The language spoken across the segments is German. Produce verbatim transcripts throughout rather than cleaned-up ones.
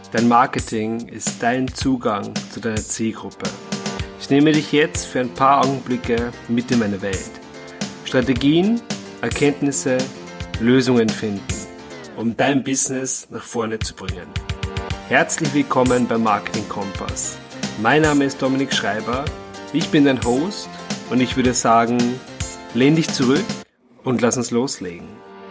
Dein Marketing ist dein Zugang zu deiner Zielgruppe. Ich nehme dich jetzt für ein paar Augenblicke mit in meine Welt. Strategien, Erkenntnisse, Lösungen finden, um dein Business nach vorne zu bringen. Herzlich willkommen beim Marketing Kompass. Mein Name ist Dominik Schreiber, ich bin dein Host und ich würde sagen, lehn dich zurück und lass uns loslegen.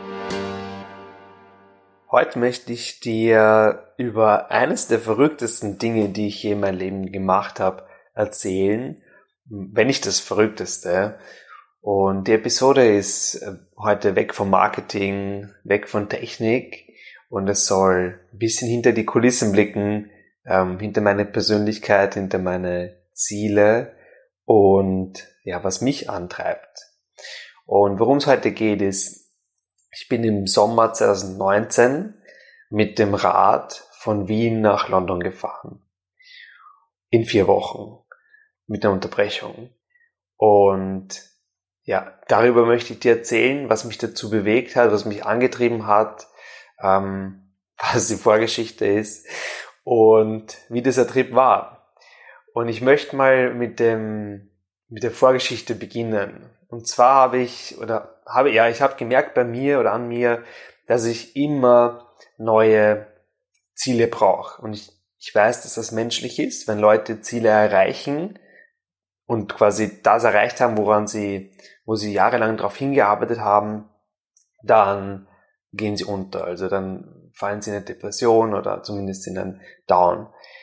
Heute möchte ich dir über eines der verrücktesten Dinge, die ich je in meinem Leben gemacht habe, erzählen. Wenn nicht das Verrückteste. Und die Episode ist heute weg vom Marketing, weg von Technik. Und es soll ein bisschen hinter die Kulissen blicken, ähm, hinter meine Persönlichkeit, hinter meine Ziele und ja, was mich antreibt. Und worum es heute geht, ist, ich bin im Sommer zwanzig neunzehn mit dem Rad von Wien nach London gefahren. In vier Wochen. Mit einer Unterbrechung. Und ja, darüber möchte ich dir erzählen, was mich dazu bewegt hat, was mich angetrieben hat, ähm, was die Vorgeschichte ist und wie dieser Trip war. Und ich möchte mal mit dem, mit der Vorgeschichte beginnen. Und zwar habe ich, oder habe, ja, ich habe gemerkt bei mir oder an mir, dass ich immer neue Ziele brauche. Und ich, ich weiß, dass das menschlich ist, wenn Leute Ziele erreichen und quasi das erreicht haben, woran sie, wo sie jahrelang darauf hingearbeitet haben, dann gehen sie unter. Also dann fallen sie in eine Depression oder zumindest in einen Down.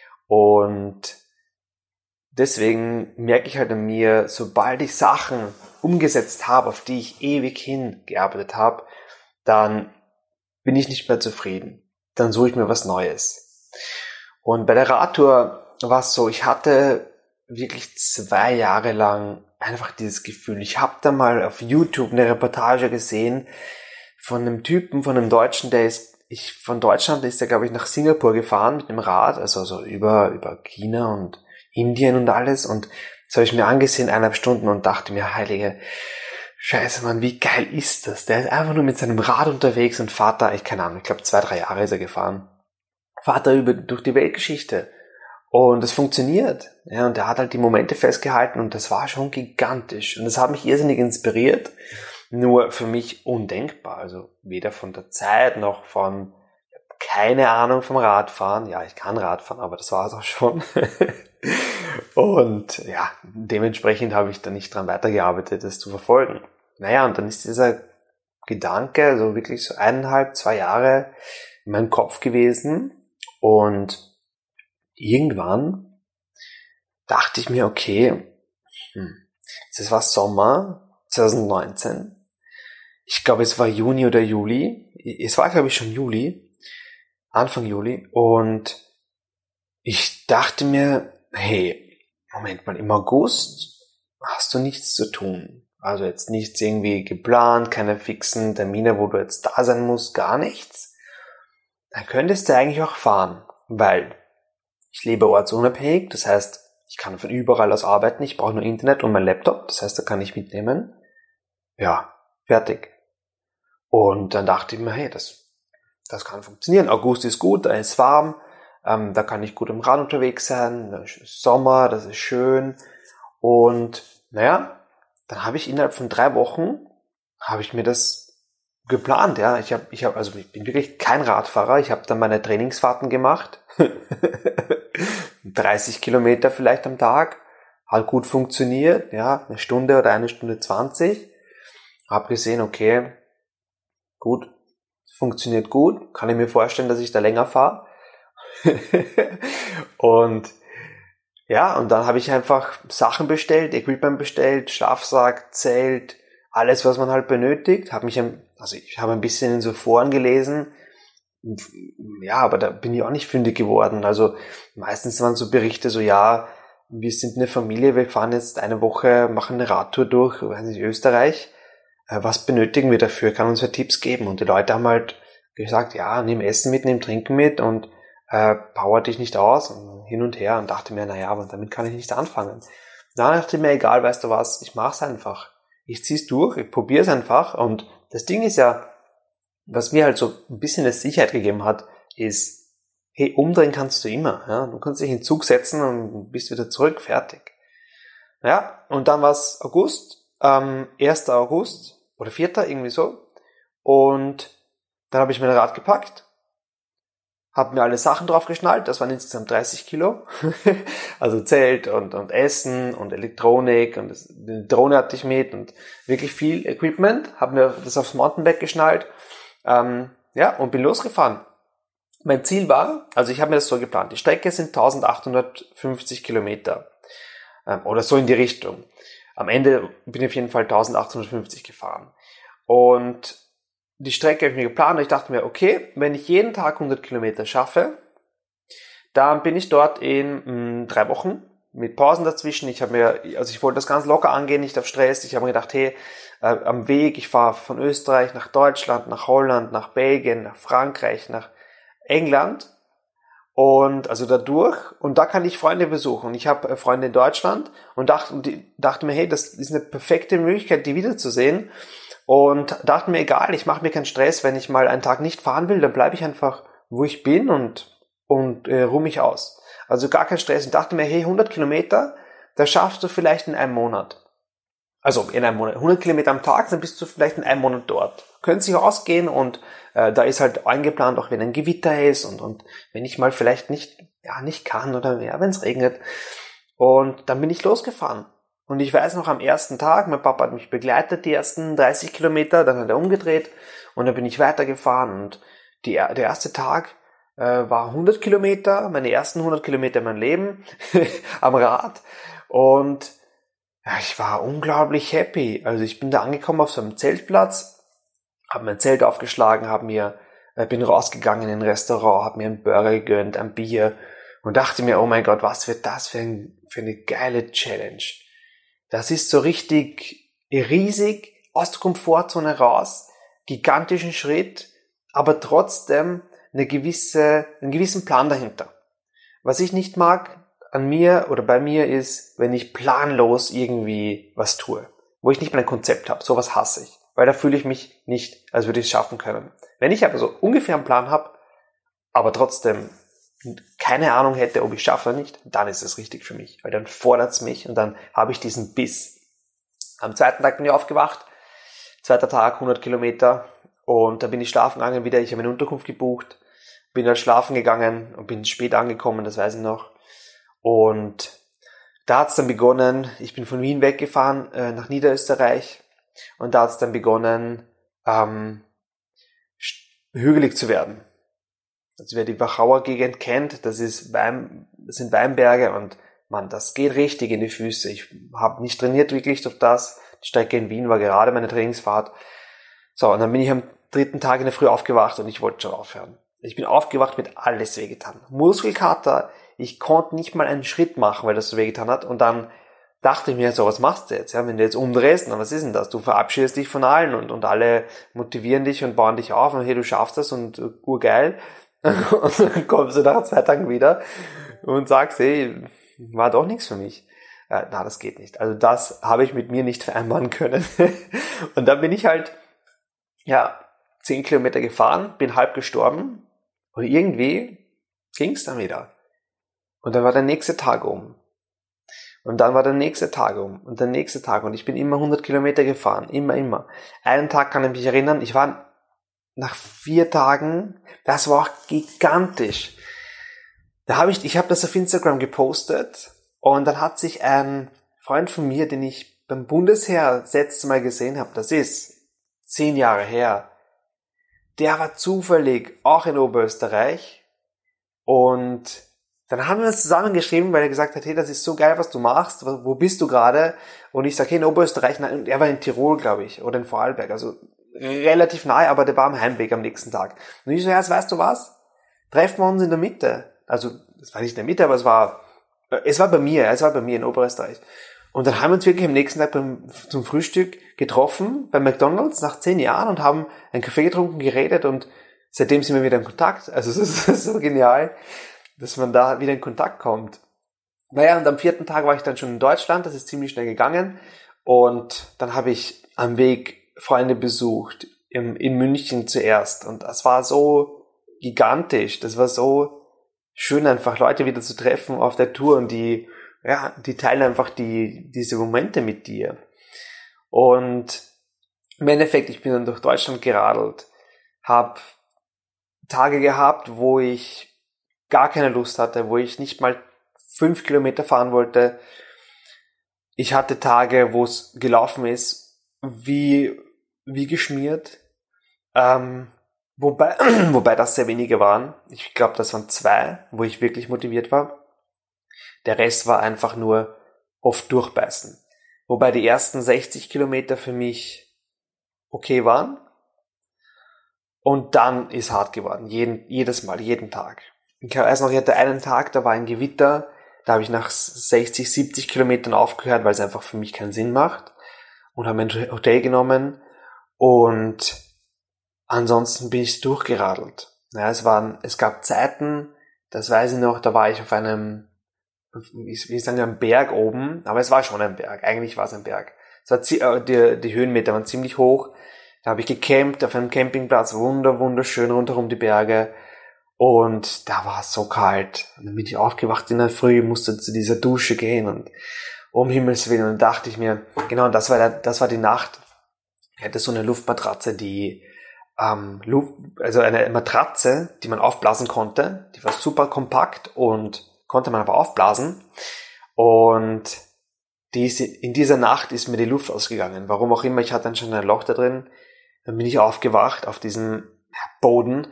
Und deswegen merke ich halt an mir, sobald ich Sachen umgesetzt habe, auf die ich ewig hingearbeitet habe, dann bin ich nicht mehr zufrieden. Dann suche ich mir was Neues. Und bei der Radtour war es so, ich hatte wirklich zwei Jahre lang einfach dieses Gefühl. Ich habe da mal auf YouTube eine Reportage gesehen von einem Typen, von einem Deutschen, der ist, ich von Deutschland ist er, glaube ich, nach Singapur gefahren mit dem Rad, also so über über China und Indien und alles, und das habe ich mir angesehen, eineinhalb Stunden, und dachte mir, heilige Scheiße, Mann, wie geil ist das? Der ist einfach nur mit seinem Rad unterwegs und fährt da, ich keine Ahnung, ich glaube zwei, drei Jahre ist er gefahren, fährt da über, durch die Weltgeschichte. Und es funktioniert. Ja, und er hat halt die Momente festgehalten und das war schon gigantisch. Und das hat mich irrsinnig inspiriert, nur für mich undenkbar. Also weder von der Zeit noch von, ich habe keine Ahnung vom Radfahren. Ja, ich kann Radfahren, aber das war es auch schon. Und ja, dementsprechend habe ich da nicht dran weitergearbeitet, das zu verfolgen. Naja, und dann ist dieser Gedanke, also wirklich so eineinhalb, zwei Jahre in meinem Kopf gewesen. Und irgendwann dachte ich mir, okay, hm, das war Sommer zwanzig neunzehn. Ich glaube, es war Juni oder Juli. Es war, glaube ich, schon Juli. Anfang Juli. Und ich dachte mir, hey, Moment mal, im August hast du nichts zu tun. Also jetzt nichts irgendwie geplant, keine fixen Termine, wo du jetzt da sein musst, gar nichts. Dann könntest du eigentlich auch fahren, weil ich lebe ortsunabhängig, das heißt, ich kann von überall aus arbeiten, ich brauche nur Internet und mein Laptop, das heißt, da kann ich mitnehmen. Ja, fertig. Und dann dachte ich mir, hey, das, das kann funktionieren. August ist gut, da ist warm. Ähm, da kann ich gut im Rad unterwegs sein, da ist Sommer, das ist schön. Und naja, dann habe ich innerhalb von drei Wochen, habe ich mir das geplant. Ja, ich habe, ich habe, also ich bin wirklich kein Radfahrer. Ich habe dann meine Trainingsfahrten gemacht, dreißig Kilometer vielleicht am Tag, hat gut funktioniert. Ja, eine Stunde oder eine Stunde zwanzig. Habe gesehen, okay, gut, funktioniert gut. Kann ich mir vorstellen, dass ich da länger fahre. Und ja, und dann habe ich einfach Sachen bestellt, Equipment bestellt, Schlafsack, Zelt, alles, was man halt benötigt. Habe mich, also ich habe ein bisschen in so Foren gelesen, ja, aber da bin ich auch nicht fündig geworden. Also meistens waren so Berichte so, ja, wir sind eine Familie, wir fahren jetzt eine Woche, machen eine Radtour durch, weiß nicht, Österreich. Was benötigen wir dafür? Kann uns ja Tipps geben. Und die Leute haben halt gesagt, ja, nimm Essen mit, nimm Trinken mit und äh, power dich nicht aus und hin und her, und dachte mir, naja, aber damit kann ich nicht anfangen. Dann dachte ich mir, egal, weißt du was, ich mach's einfach. Ich zieh's durch, ich probier's einfach, und das Ding ist ja, was mir halt so ein bisschen eine Sicherheit gegeben hat, ist, hey, umdrehen kannst du immer. Ja? Du kannst dich in den Zug setzen und bist wieder zurück, fertig. Ja, und dann war es August, ähm, erster August oder vierter irgendwie so. Und dann habe ich mein Rad gepackt, habe mir alle Sachen drauf geschnallt, das waren insgesamt dreißig Kilo. Also Zelt und, und Essen und Elektronik und das, die Drohne hatte ich mit und wirklich viel Equipment, habe mir das aufs Mountainbike geschnallt, ähm, ja, und bin losgefahren. Mein Ziel war, also ich habe mir das so geplant, die Strecke sind eintausendachthundertfünfzig Kilometer ähm, oder so in die Richtung. Am Ende bin ich auf jeden Fall eintausendachthundertfünfzig gefahren. Und die Strecke habe ich mir geplant und ich dachte mir, okay, wenn ich jeden Tag hundert Kilometer schaffe, dann bin ich dort in mh, drei Wochen mit Pausen dazwischen. Ich habe mir, also ich wollte das ganz locker angehen, nicht auf Stress. Ich habe mir gedacht, hey, äh, am Weg, ich fahre von Österreich nach Deutschland, nach Holland, nach Belgien, nach Frankreich, nach England und also dadurch und da kann ich Freunde besuchen. Und ich habe Freunde in Deutschland und dachte, und die, dachte mir, hey, das ist eine perfekte Möglichkeit, die wiederzusehen. Und dachte mir, egal, ich mache mir keinen Stress, wenn ich mal einen Tag nicht fahren will, dann bleibe ich einfach, wo ich bin und, und äh, ruhe mich aus. Also gar kein Stress. Und dachte mir, hey, hundert Kilometer, das schaffst du vielleicht in einem Monat. Also in einem Monat. hundert Kilometer am Tag, dann bist du vielleicht in einem Monat dort. Können sich ausgehen und äh, da ist halt eingeplant, auch wenn ein Gewitter ist und, und wenn ich mal vielleicht nicht, ja, nicht kann oder ja, wenn es regnet. Und dann bin ich losgefahren. Und ich weiß noch am ersten Tag, mein Papa hat mich begleitet, die ersten dreißig Kilometer, dann hat er umgedreht und dann bin ich weitergefahren. Und die, der erste Tag äh, war hundert Kilometer, meine ersten hundert Kilometer in meinem Leben am Rad. Und ja, ich war unglaublich happy. Also ich bin da angekommen auf so einem Zeltplatz, habe mein Zelt aufgeschlagen, hab mir, äh, bin rausgegangen in ein Restaurant, habe mir einen Burger gegönnt, ein Bier und dachte mir, oh mein Gott, was wird das für, ein, für eine geile Challenge. Das ist so richtig riesig, aus der Komfortzone raus, gigantischen Schritt, aber trotzdem eine gewisse, einen gewissen Plan dahinter. Was ich nicht mag an mir oder bei mir ist, wenn ich planlos irgendwie was tue, wo ich nicht mal ein Konzept habe. Sowas hasse ich, weil da fühle ich mich nicht, als würde ich es schaffen können. Wenn ich aber so ungefähr einen Plan habe, aber trotzdem keine Ahnung hätte, ob ich schaffe oder nicht, dann ist es richtig für mich, weil dann fordert es mich und dann habe ich diesen Biss. Am zweiten Tag bin ich aufgewacht, zweiter Tag, hundert Kilometer und da bin ich schlafen gegangen wieder, ich habe eine Unterkunft gebucht, bin dann schlafen gegangen und bin spät angekommen, das weiß ich noch. Und da hat es dann begonnen, ich bin von Wien weggefahren äh, nach Niederösterreich und da hat es dann begonnen, ähm, hügelig zu werden. Also wer die Wachauer Gegend kennt, das ist Wein, das sind Weinberge und man, das geht richtig in die Füße. Ich habe nicht trainiert wirklich auf das. Die Strecke in Wien war gerade meine Trainingsfahrt. So, und dann bin ich am dritten Tag in der Früh aufgewacht und ich wollte schon aufhören. Ich bin aufgewacht mit alles wehgetan. Muskelkater, ich konnte nicht mal einen Schritt machen, weil das so wehgetan hat. Und dann dachte ich mir so, was machst du jetzt? Ja, wenn du jetzt umdrehst, dann was ist denn das? Du verabschiedest dich von allen und, und alle motivieren dich und bauen dich auf und hey, du schaffst das und uh, urgeil. Und dann kommst du nach zwei Tagen wieder und sagst, hey, war doch nichts für mich. Äh, na, das geht nicht. Also das habe ich mit mir nicht vereinbaren können. Und dann bin ich halt, ja, zehn Kilometer gefahren, bin halb gestorben und irgendwie ging es dann wieder. Und dann war der nächste Tag um. Und dann war der nächste Tag um und der nächste Tag und ich bin immer hundert Kilometer gefahren, immer, immer. Einen Tag kann ich mich erinnern, ich war nach vier Tagen, das war auch gigantisch. Da habe ich, ich habe das auf Instagram gepostet und dann hat sich ein Freund von mir, den ich beim Bundesheer das letzte Mal gesehen habe, das ist zehn Jahre her, der war zufällig auch in Oberösterreich und dann haben wir uns zusammengeschrieben, weil er gesagt hat, hey, das ist so geil, was du machst, wo bist du gerade? Und ich sage, hey, in Oberösterreich, und er war in Tirol, glaube ich, oder in Vorarlberg, also relativ nahe, aber der war am Heimweg am nächsten Tag. Und ich so, ja, weißt du was? Treffen wir uns in der Mitte. Also, das war nicht in der Mitte, aber es war, es war bei mir, es war bei mir in Oberösterreich. Und dann haben wir uns wirklich am nächsten Tag beim, zum Frühstück getroffen, bei McDonald's, nach zehn Jahren und haben einen Kaffee getrunken, geredet und seitdem sind wir wieder in Kontakt. Also, es ist so genial, dass man da wieder in Kontakt kommt. Naja, und am vierten Tag war ich dann schon in Deutschland, das ist ziemlich schnell gegangen. Und dann habe ich am Weg Freunde besucht, im, in München zuerst. Und das war so gigantisch, das war so schön einfach Leute wieder zu treffen auf der Tour und die, ja, die teilen einfach die, diese Momente mit dir. Und im Endeffekt, ich bin dann durch Deutschland geradelt, habe Tage gehabt, wo ich gar keine Lust hatte, wo ich nicht mal fünf Kilometer fahren wollte. Ich hatte Tage, wo es gelaufen ist, wie, wie geschmiert. Ähm, wobei, wobei das sehr wenige waren. Ich glaube, das waren zwei, wo ich wirklich motiviert war. Der Rest war einfach nur oft durchbeißen. Wobei die ersten sechzig Kilometer für mich okay waren. Und dann ist hart geworden. Jeden, jedes Mal, jeden Tag. Ich weiß noch, ich hatte einen Tag, da war ein Gewitter. Da habe ich nach sechzig, siebzig Kilometern aufgehört, weil es einfach für mich keinen Sinn macht. Und habe ein Hotel genommen. Und ansonsten bin ich durchgeradelt. Ja, es waren, es gab Zeiten, das weiß ich noch, da war ich auf einem, wie ich sagen, einem Berg oben. Aber es war schon ein Berg. Eigentlich war es ein Berg. Es war, die, die Höhenmeter waren ziemlich hoch. Da habe ich gecampt auf einem Campingplatz, wunder, wunderschön rundherum die Berge. Und da war es so kalt. Und dann bin ich aufgewacht in der Früh, musste zu dieser Dusche gehen und um Himmels Willen. Und dachte ich mir, genau, das war, der, das war die Nacht. Ich hatte so eine Luftmatratze, die, ähm, Luft, also eine Matratze, die man aufblasen konnte. Die war super kompakt und konnte man aber aufblasen. Und die ist, in dieser Nacht ist mir die Luft ausgegangen. Warum auch immer, ich hatte dann schon ein Loch da drin. Dann bin ich aufgewacht auf diesem Boden,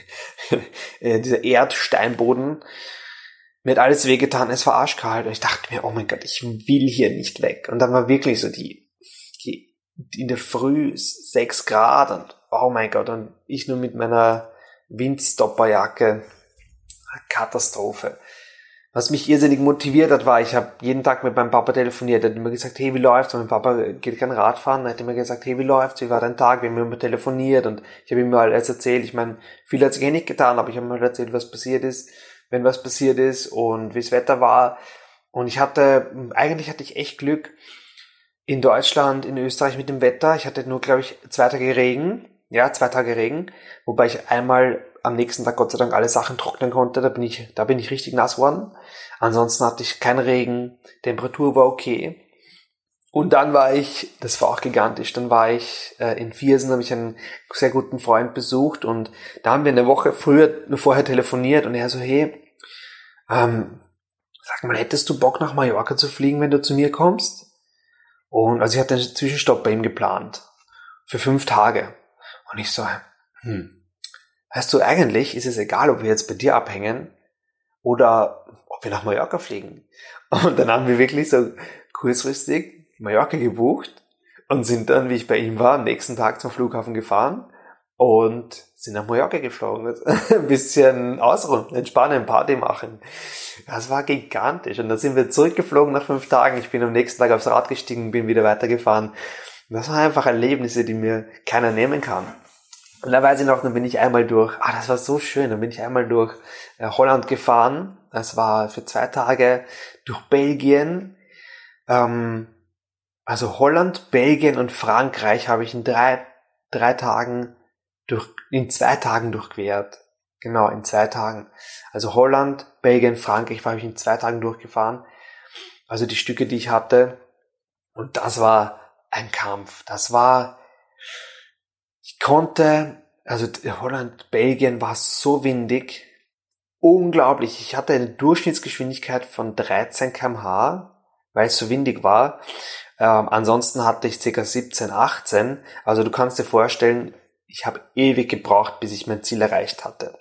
dieser Erdsteinboden. Mir hat alles wehgetan, es war arschkalt. Und ich dachte mir, oh mein Gott, ich will hier nicht weg. Und dann war wirklich so die, die in der Früh sechs Grad und oh mein Gott, und ich nur mit meiner Windstopperjacke. Katastrophe. Was mich irrsinnig motiviert hat, war, ich habe jeden Tag mit meinem Papa telefoniert. Er hat immer gesagt, hey, wie läuft's? Und mein Papa geht kein Radfahren. Er hat immer gesagt, hey, wie läuft's? Wie war dein Tag? Wir haben immer telefoniert und ich habe ihm mal alles erzählt. Ich meine, viel hat sich eh nicht getan, aber ich habe mal erzählt, was passiert ist, wenn was passiert ist und wie das Wetter war. Und ich hatte, eigentlich hatte ich echt Glück in Deutschland, in Österreich mit dem Wetter. Ich hatte nur, glaube ich, zwei Tage Regen. Ja, zwei Tage Regen. Wobei ich einmal am nächsten Tag Gott sei Dank alle Sachen trocknen konnte. Da bin ich, da bin ich richtig nass worden. Ansonsten hatte ich keinen Regen. Temperatur war okay. Und dann war ich, das war auch gigantisch, dann war ich äh, in Viersen, habe ich einen sehr guten Freund besucht und da haben wir eine Woche früher, vorher telefoniert und er so, hey, ähm, sag mal, hättest du Bock nach Mallorca zu fliegen, wenn du zu mir kommst? Und also ich hatte einen Zwischenstopp bei ihm geplant. Für fünf Tage. Und ich so, hm, weißt du, eigentlich ist es egal, ob wir jetzt bei dir abhängen oder ob wir nach Mallorca fliegen. Und dann haben wir wirklich so kurzfristig Mallorca gebucht und sind dann, wie ich bei ihm war, am nächsten Tag zum Flughafen gefahren und sind nach Mallorca geflogen. Ein bisschen ausruhen, entspannen, Party machen. Das war gigantisch. Und dann sind wir zurückgeflogen nach fünf Tagen. Ich bin am nächsten Tag aufs Rad gestiegen, bin wieder weitergefahren. Und das waren einfach Erlebnisse, die mir keiner nehmen kann. Und da weiß ich noch, dann bin ich einmal durch, ah, das war so schön, dann bin ich einmal durch äh, Holland gefahren. Das war für zwei Tage durch Belgien. Ähm, also Holland, Belgien und Frankreich habe ich in drei, drei Tagen durch, in zwei Tagen durchquert. Genau, in zwei Tagen. Also Holland, Belgien, Frankreich habe ich in zwei Tagen durchgefahren. Also die Stücke, die ich hatte. Und das war ein Kampf. Das war, ich konnte, also Holland, Belgien war so windig. Unglaublich. Ich hatte eine Durchschnittsgeschwindigkeit von dreizehn Kilometer pro Stunde, weil es so windig war. Ähm, ansonsten hatte ich ca. siebzehn, achtzehn. Also du kannst dir vorstellen, ich habe ewig gebraucht, bis ich mein Ziel erreicht hatte.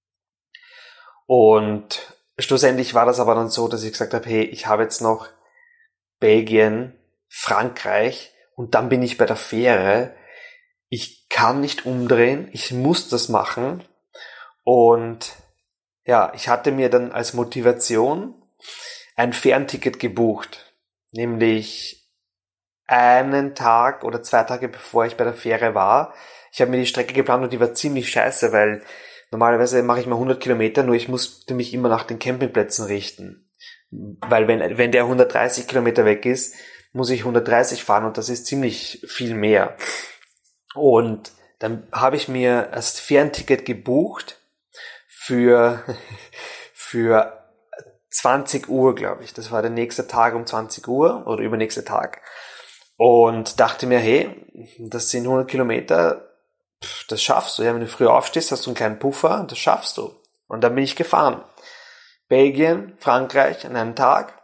Und schlussendlich war das aber dann so, dass ich gesagt habe, hey, ich habe jetzt noch Belgien, Frankreich und dann bin ich bei der Fähre. Ich kann nicht umdrehen, ich muss das machen. Und ja, ich hatte mir dann als Motivation ein Fährenticket gebucht, nämlich einen Tag oder zwei Tage bevor ich bei der Fähre war. Ich habe mir die Strecke geplant und die war ziemlich scheiße, weil normalerweise mache ich mal hundert Kilometer, nur ich musste mich immer nach den Campingplätzen richten. Weil wenn, wenn der hundertdreißig Kilometer weg ist, muss ich hundertdreißig fahren und das ist ziemlich viel mehr. Und dann habe ich mir das Fährenticket gebucht für, für zwanzig Uhr, glaube ich. Das war der nächste Tag um zwanzig Uhr oder übernächste Tag. Und dachte mir, hey, das sind hundert Kilometer, pff, das schaffst du. Ja, wenn du früh aufstehst, hast du einen kleinen Puffer, das schaffst du. Und dann bin ich gefahren. Belgien, Frankreich an einem Tag.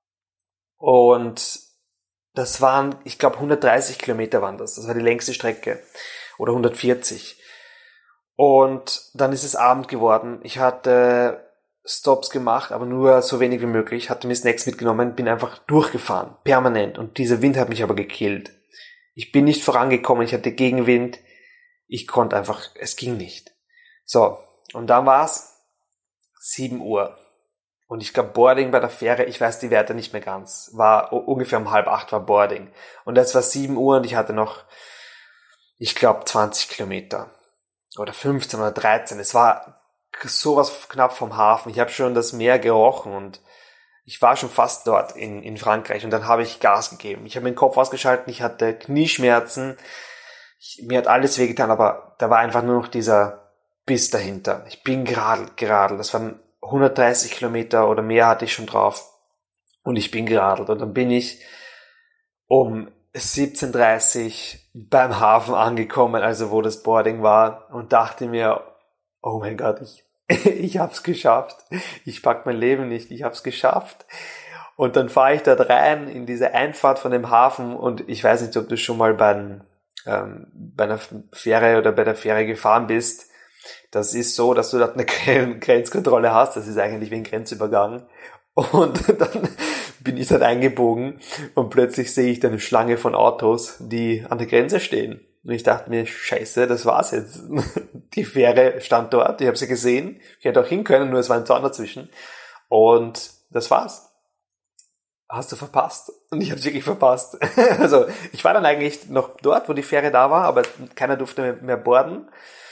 Und das waren, ich glaube, hundertdreißig Kilometer waren das. Das war die längste Strecke. Oder hundertvierzig. Und dann ist es Abend geworden. Ich hatte Stops gemacht, aber nur so wenig wie möglich. Hatte mir Snacks mitgenommen, bin einfach durchgefahren. Permanent. Und dieser Wind hat mich aber gekillt. Ich bin nicht vorangekommen, ich hatte Gegenwind. Ich konnte einfach, es ging nicht. So, und dann war es sieben Uhr. Und ich glaube, Boarding bei der Fähre, ich weiß die Werte nicht mehr ganz, war ungefähr um halb acht war Boarding. Und es war sieben Uhr und ich hatte noch, ich glaube, zwanzig Kilometer. Oder fünfzehn oder dreizehn. Es war sowas knapp vom Hafen. Ich habe schon das Meer gerochen und ich war schon fast dort in, in Frankreich. Und dann habe ich Gas gegeben. Ich habe meinen Kopf ausgeschaltet, ich hatte Knieschmerzen. Ich, mir hat alles wehgetan, aber da war einfach nur noch dieser Biss dahinter. Ich bin geradelt, geradelt. Das waren hundertdreißig Kilometer oder mehr hatte ich schon drauf. Und ich bin geradelt. Und dann bin ich um siebzehn Uhr dreißig beim Hafen angekommen, also wo das Boarding war, und dachte mir, oh mein Gott, ich, ich hab's geschafft. Ich pack mein Leben nicht, ich hab's geschafft. Und dann fahre ich dort rein in diese Einfahrt von dem Hafen und ich weiß nicht, ob du schon mal bei, ähm, bei einer Fähre oder bei der Fähre gefahren bist. Das ist so, dass du dort eine Grenzkontrolle hast. Das ist eigentlich wie ein Grenzübergang. Und dann bin ich dort eingebogen und plötzlich sehe ich da eine Schlange von Autos, die an der Grenze stehen. Und ich dachte mir, scheiße, das war's jetzt. Die Fähre stand dort, ich habe sie gesehen. Ich hätte auch hin können, nur es war ein Zaun dazwischen. Und das war's. Hast du verpasst. Und ich habe es wirklich verpasst. Also ich war dann eigentlich noch dort, wo die Fähre da war, aber keiner durfte mehr, mehr boarden.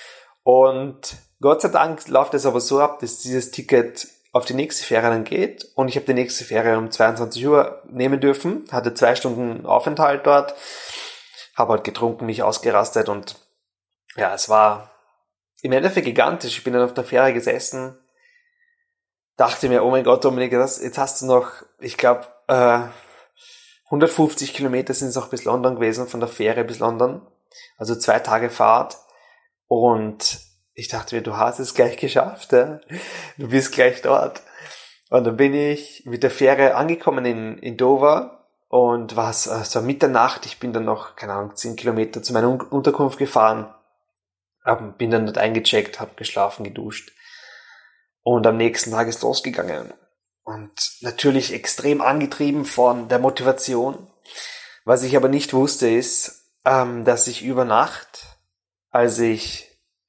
Und Gott sei Dank läuft es aber so ab, dass dieses Ticket auf die nächste Fähre dann geht. Und ich habe die nächste Fähre um zweiundzwanzig Uhr nehmen dürfen. Hatte zwei Stunden Aufenthalt dort. Habe halt getrunken, mich ausgerastet. Und ja, es war im Endeffekt gigantisch. Ich bin dann auf der Fähre gesessen. Dachte mir, oh mein Gott, Dominik, das, jetzt hast du noch, ich glaube, äh, hundertfünfzig Kilometer sind es noch bis London gewesen, von der Fähre bis London. Also zwei Tage Fahrt. Und ich dachte mir, du hast es gleich geschafft, ja? Du bist gleich dort. Und dann bin ich mit der Fähre angekommen in, in Dover und war es war Mitternacht. Ich bin dann noch, keine Ahnung, zehn Kilometer zu meiner Unterkunft gefahren, hab, bin dann dort eingecheckt, habe geschlafen, geduscht und am nächsten Tag ist losgegangen. Und natürlich extrem angetrieben von der Motivation. Was ich aber nicht wusste ist, ähm, dass ich über Nacht, als ich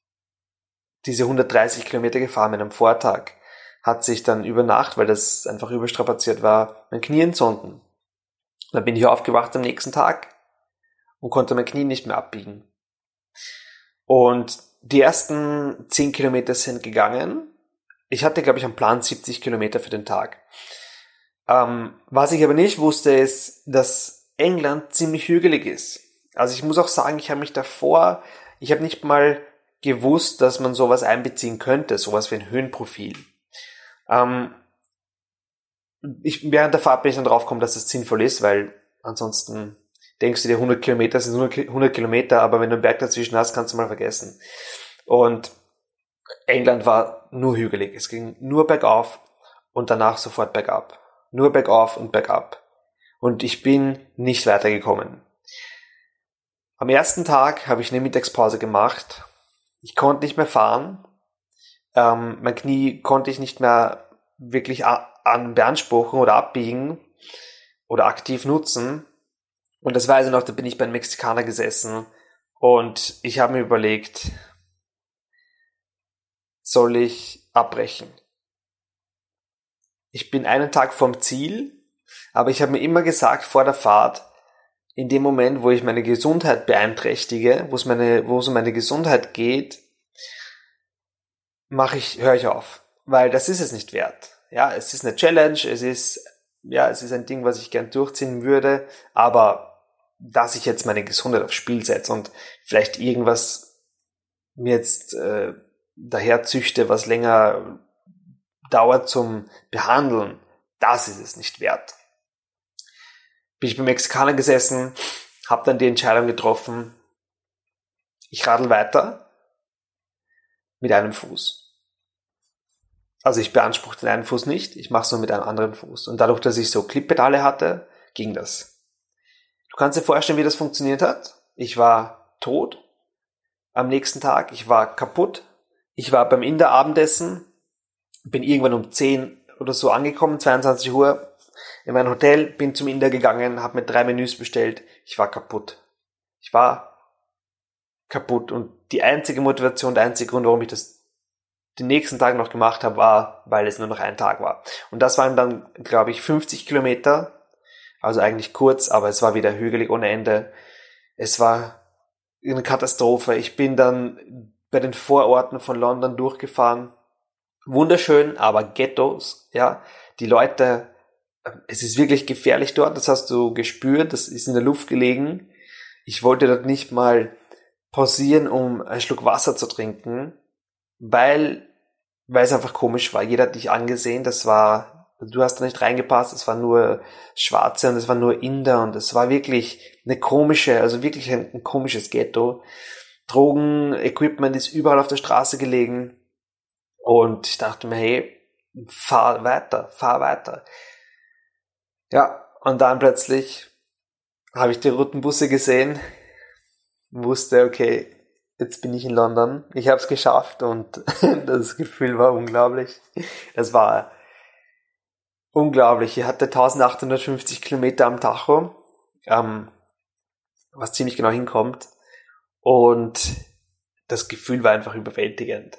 diese hundertdreißig Kilometer gefahren bin am Vortag, hat sich dann über Nacht, weil das einfach überstrapaziert war, mein Knie entzünden. Dann bin ich aufgewacht am nächsten Tag und konnte mein Knie nicht mehr abbiegen. Und die ersten zehn Kilometer sind gegangen. Ich hatte, glaube ich, am Plan siebzig Kilometer für den Tag. Ähm, was ich aber nicht wusste, ist, dass England ziemlich hügelig ist. Also ich muss auch sagen, ich habe mich davor, ich habe nicht mal gewusst, dass man sowas einbeziehen könnte, sowas wie ein Höhenprofil. Ähm, ich, während der Fahrt bin ich dann drauf gekommen, dass das sinnvoll ist, weil ansonsten denkst du dir, hundert Kilometer sind hundert Kilometer, aber wenn du einen Berg dazwischen hast, kannst du mal vergessen. Und England war nur hügelig. Es ging nur bergauf und danach sofort bergab. Nur bergauf und bergab. Und ich bin nicht weitergekommen. Am ersten Tag habe ich eine Mittagspause gemacht. Ich konnte nicht mehr fahren. Ähm, mein Knie konnte ich nicht mehr wirklich a- an beanspruchen oder abbiegen oder aktiv nutzen. Und das weiß ich noch, da bin ich bei einem Mexikaner gesessen und ich habe mir überlegt, soll ich abbrechen? Ich bin einen Tag vom Ziel, aber ich habe mir immer gesagt vor der Fahrt, in dem Moment, wo ich meine Gesundheit beeinträchtige, wo es meine, wo es um meine Gesundheit geht, mache ich, höre ich auf, weil das ist es nicht wert. Ja, es ist eine Challenge, es ist, ja, es ist ein Ding, was ich gern durchziehen würde, aber dass ich jetzt meine Gesundheit aufs Spiel setze und vielleicht irgendwas mir jetzt äh, daher züchte, was länger Dauer zum Behandeln, das ist es nicht wert. Bin ich beim Mexikaner gesessen, habe dann die Entscheidung getroffen, ich radel weiter mit einem Fuß. Also ich beanspruche den einen Fuß nicht, ich mache es nur mit einem anderen Fuß. Und dadurch, dass ich so Klickpedale hatte, ging das. Du kannst dir vorstellen, wie das funktioniert hat. Ich war tot am nächsten Tag, ich war kaputt. Ich war beim Inder-Abendessen, bin irgendwann um zehn oder so angekommen, zweiundzwanzig Uhr, in mein Hotel, bin zum Inder gegangen, habe mir drei Menüs bestellt. Ich war kaputt. Ich war kaputt. Und die einzige Motivation, der einzige Grund, warum ich das den nächsten Tag noch gemacht habe, war, weil es nur noch ein Tag war. Und das waren dann, glaube ich, fünfzig Kilometer. Also eigentlich kurz, aber es war wieder hügelig ohne Ende. Es war eine Katastrophe. Ich bin dann bei den Vororten von London durchgefahren. Wunderschön, aber Ghettos, ja. Die Leute, es ist wirklich gefährlich dort, das hast du gespürt, das ist in der Luft gelegen. Ich wollte dort nicht mal pausieren, um einen Schluck Wasser zu trinken, weil, weil es einfach komisch war. Jeder hat dich angesehen, das war, du hast da nicht reingepasst, es waren nur Schwarze und es waren nur Inder und es war wirklich eine komische, also wirklich ein, ein komisches Ghetto. Drogen, Equipment ist überall auf der Straße gelegen und ich dachte mir, hey, fahr weiter, fahr weiter. Ja, und dann plötzlich habe ich die roten Busse gesehen, wusste, okay, jetzt bin ich in London, ich habe es geschafft und das Gefühl war unglaublich. Es war unglaublich, ich hatte eintausendachthundertfünfzig Kilometer am Tacho, ähm, was ziemlich genau hinkommt und das Gefühl war einfach überwältigend.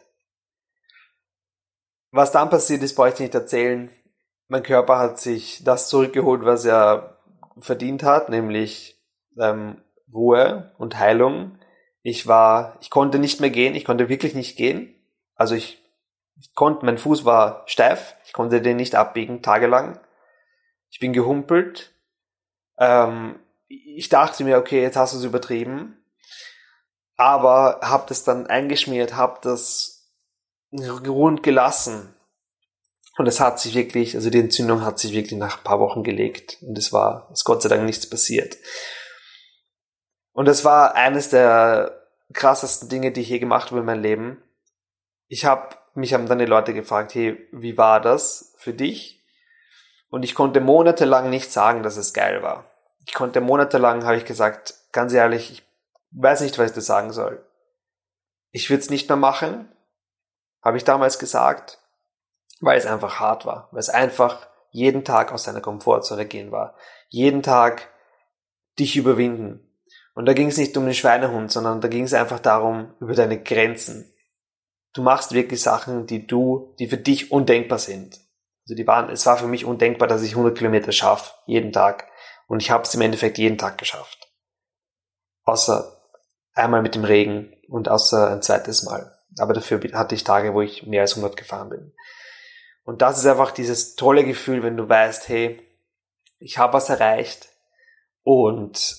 Was dann passiert ist, brauche ich nicht erzählen. Mein Körper hat sich das zurückgeholt, was er verdient hat, nämlich ähm, Ruhe und Heilung. Ich war, ich konnte nicht mehr gehen, ich konnte wirklich nicht gehen. Also ich, ich konnte, mein Fuß war steif, ich konnte den nicht abbiegen, tagelang. Ich bin gehumpelt. Ähm, ich dachte mir, okay, jetzt hast du es übertrieben. Aber habe das dann eingeschmiert, habe das rund gelassen. Und es hat sich wirklich, also die Entzündung hat sich wirklich nach ein paar Wochen gelegt. Und es war, es ist Gott sei Dank nichts passiert. Und das war eines der krassesten Dinge, die ich je gemacht habe in meinem Leben. Ich habe, mich haben dann die Leute gefragt, hey, wie war das für dich? Und ich konnte monatelang nicht sagen, dass es geil war. Ich konnte monatelang, habe ich gesagt, ganz ehrlich, ich weiß nicht, was ich da sagen soll. Ich würde es nicht mehr machen, habe ich damals gesagt, weil es einfach hart war, weil es einfach jeden Tag aus deiner Komfortzone gehen war. Jeden Tag dich überwinden. Und da ging es nicht um den Schweinehund, sondern da ging es einfach darum, über deine Grenzen. Du machst wirklich Sachen, die du, die für dich undenkbar sind. Also die waren, es war für mich undenkbar, dass ich hundert Kilometer schaffe, jeden Tag. Und ich habe es im Endeffekt jeden Tag geschafft. Außer einmal mit dem Regen und außer ein zweites Mal. Aber dafür hatte ich Tage, wo ich mehr als hundert gefahren bin. Und das ist einfach dieses tolle Gefühl, wenn du weißt, hey, ich habe was erreicht und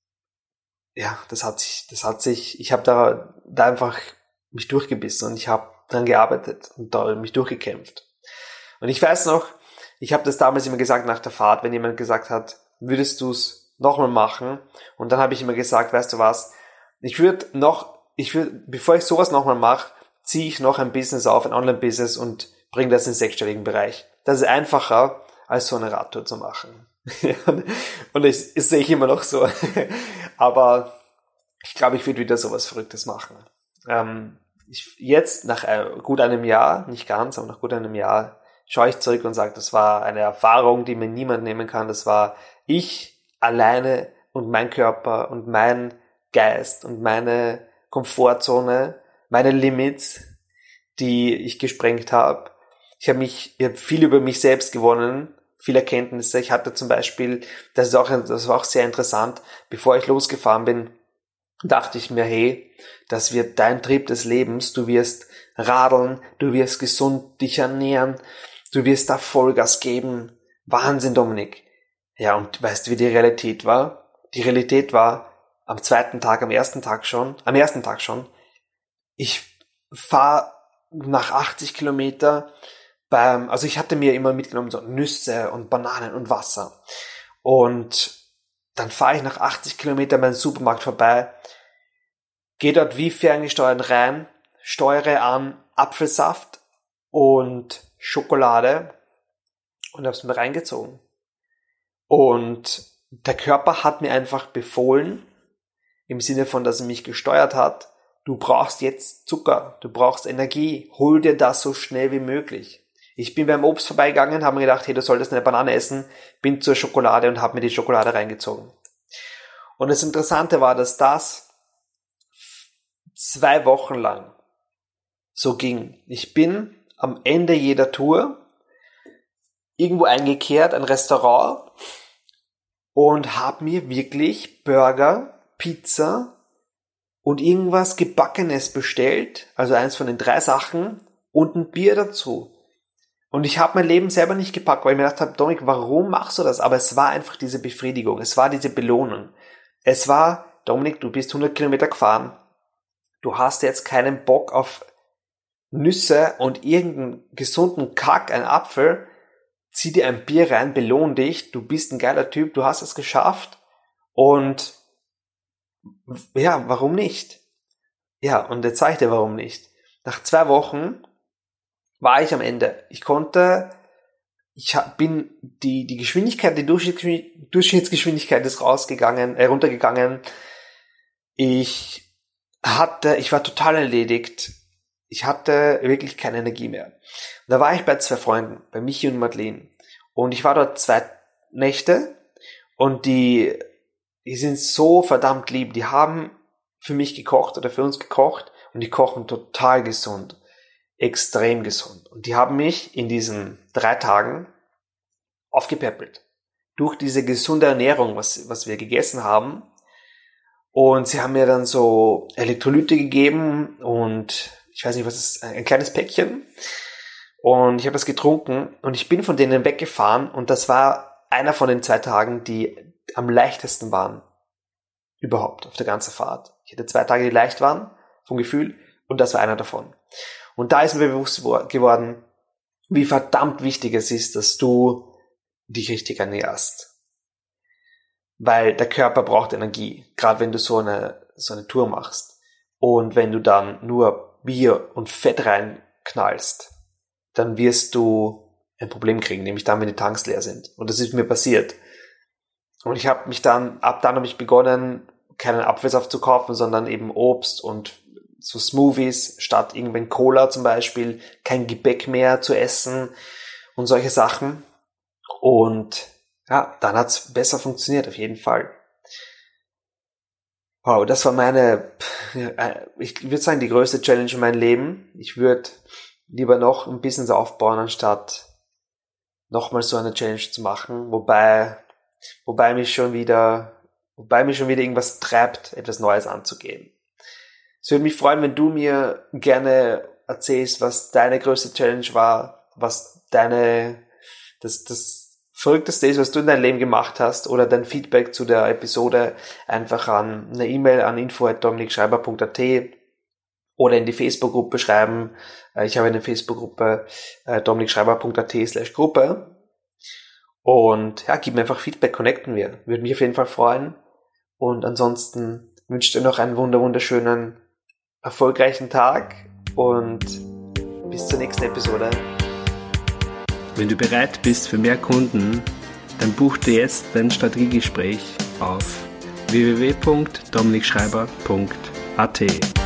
ja, das hat sich, das hat sich, ich habe da, da einfach mich durchgebissen und ich habe dran gearbeitet und da mich durchgekämpft. Und ich weiß noch, ich habe das damals immer gesagt nach der Fahrt, wenn jemand gesagt hat, würdest du es nochmal machen? Und dann habe ich immer gesagt, weißt du was, ich würde noch, ich würde, bevor ich sowas nochmal mache, ziehe ich noch ein Business auf, ein Online-Business und bringe das in den sechsstelligen Bereich. Das ist einfacher, als so eine Radtour zu machen. Und das, das sehe ich immer noch so. Aber ich glaube, ich würde wieder sowas Verrücktes machen. Ähm, ich, jetzt, nach äh, gut einem Jahr, nicht ganz, aber nach gut einem Jahr, schaue ich zurück und sage, das war eine Erfahrung, die mir niemand nehmen kann. Das war ich alleine und mein Körper und mein Geist und meine Komfortzone, meine Limits, die ich gesprengt habe. Ich habe mich, ich habe viel über mich selbst gewonnen, viele Erkenntnisse. Ich hatte zum Beispiel, das ist auch, das war auch sehr interessant, bevor ich losgefahren bin, dachte ich mir, hey, das wird dein Trieb des Lebens. Du wirst radeln, du wirst gesund dich ernähren, du wirst da Vollgas geben. Wahnsinn, Dominik. Ja, und weißt du, wie die Realität war? Die Realität war am zweiten Tag, am ersten Tag schon, am ersten Tag schon. Ich fahre nach achtzig Kilometer beim, also ich hatte mir immer mitgenommen so Nüsse und Bananen und Wasser. Und dann fahre ich nach achtzig Kilometern beim Supermarkt vorbei, gehe dort wie ferngesteuert rein, steuere an Apfelsaft und Schokolade und habe es mir reingezogen. Und der Körper hat mir einfach befohlen, im Sinne von, dass er mich gesteuert hat, du brauchst jetzt Zucker, du brauchst Energie, hol dir das so schnell wie möglich. Ich bin beim Obst vorbeigegangen, habe mir gedacht, hey, du solltest eine Banane essen, bin zur Schokolade und habe mir die Schokolade reingezogen. Und das Interessante war, dass das zwei Wochen lang so ging. Ich bin am Ende jeder Tour irgendwo eingekehrt, ein Restaurant, und habe mir wirklich Burger, Pizza und irgendwas Gebackenes bestellt, also eins von den drei Sachen, und ein Bier dazu. Und ich habe mein Leben selber nicht gepackt, weil ich mir gedacht habe, Dominik, warum machst du das? Aber es war einfach diese Befriedigung, es war diese Belohnung. Es war, Dominik, du bist hundert Kilometer gefahren, du hast jetzt keinen Bock auf Nüsse und irgendeinen gesunden Kack, einen Apfel, zieh dir ein Bier rein, belohn dich, du bist ein geiler Typ, du hast es geschafft und ja, warum nicht? Ja, und jetzt sage ich dir, warum nicht. Nach zwei Wochen war ich am Ende. Ich konnte, ich hab, bin, die, die Geschwindigkeit, die Durchschnittsgeschwindigkeit ist rausgegangen, äh, runtergegangen. Ich hatte, ich war total erledigt. Ich hatte wirklich keine Energie mehr. Und da war ich bei zwei Freunden, bei Michi und Madeleine. Und ich war dort zwei Nächte und die, die sind so verdammt lieb. Die haben für mich gekocht oder für uns gekocht und die kochen total gesund. Extrem gesund. Und die haben mich in diesen drei Tagen aufgepäppelt. Durch diese gesunde Ernährung, was, was wir gegessen haben. Und sie haben mir dann so Elektrolyte gegeben und ich weiß nicht, was ist, ein kleines Päckchen. Und ich habe das getrunken und ich bin von denen weggefahren und das war einer von den zwei Tagen, die am leichtesten waren. Überhaupt, auf der ganzen Fahrt. Ich hatte zwei Tage, die leicht waren, vom Gefühl, und das war einer davon. Und da ist mir bewusst geworden, wie verdammt wichtig es ist, dass du dich richtig ernährst. Weil der Körper braucht Energie, gerade wenn du so eine, so eine Tour machst. Und wenn du dann nur Bier und Fett reinknallst, dann wirst du ein Problem kriegen, nämlich dann, wenn die Tanks leer sind. Und das ist mir passiert. Und ich habe mich dann, ab dann habe ich begonnen, keinen Apfelsaft zu kaufen, sondern eben Obst und so Smoothies, statt irgendwann Cola zum Beispiel, kein Gebäck mehr zu essen und solche Sachen. Und ja, dann hat's besser funktioniert, auf jeden Fall. Wow, das war meine, ich würde sagen, die größte Challenge in meinem Leben. Ich würde lieber noch ein Business aufbauen, anstatt nochmal so eine Challenge zu machen, wobei, wobei mich schon wieder, wobei mich schon wieder irgendwas treibt, etwas Neues anzugehen. Es würde mich freuen, wenn du mir gerne erzählst, was deine größte Challenge war, was deine, das, das Verrückteste ist, was du in deinem Leben gemacht hast, oder dein Feedback zu der Episode einfach an eine E-Mail an info at dominikschreiber punkt a t oder in die Facebook-Gruppe schreiben. Ich habe eine Facebook-Gruppe dominikschreiber punkt a t slash Gruppe. Und ja, gib mir einfach Feedback, connecten wir. Würde mich auf jeden Fall freuen. Und ansonsten wünsche ich dir noch einen wunder wunderschönen, erfolgreichen Tag und bis zur nächsten Episode. Wenn du bereit bist für mehr Kunden, dann buch dir jetzt dein Strategiegespräch auf w w w punkt dominikschreiber punkt a t.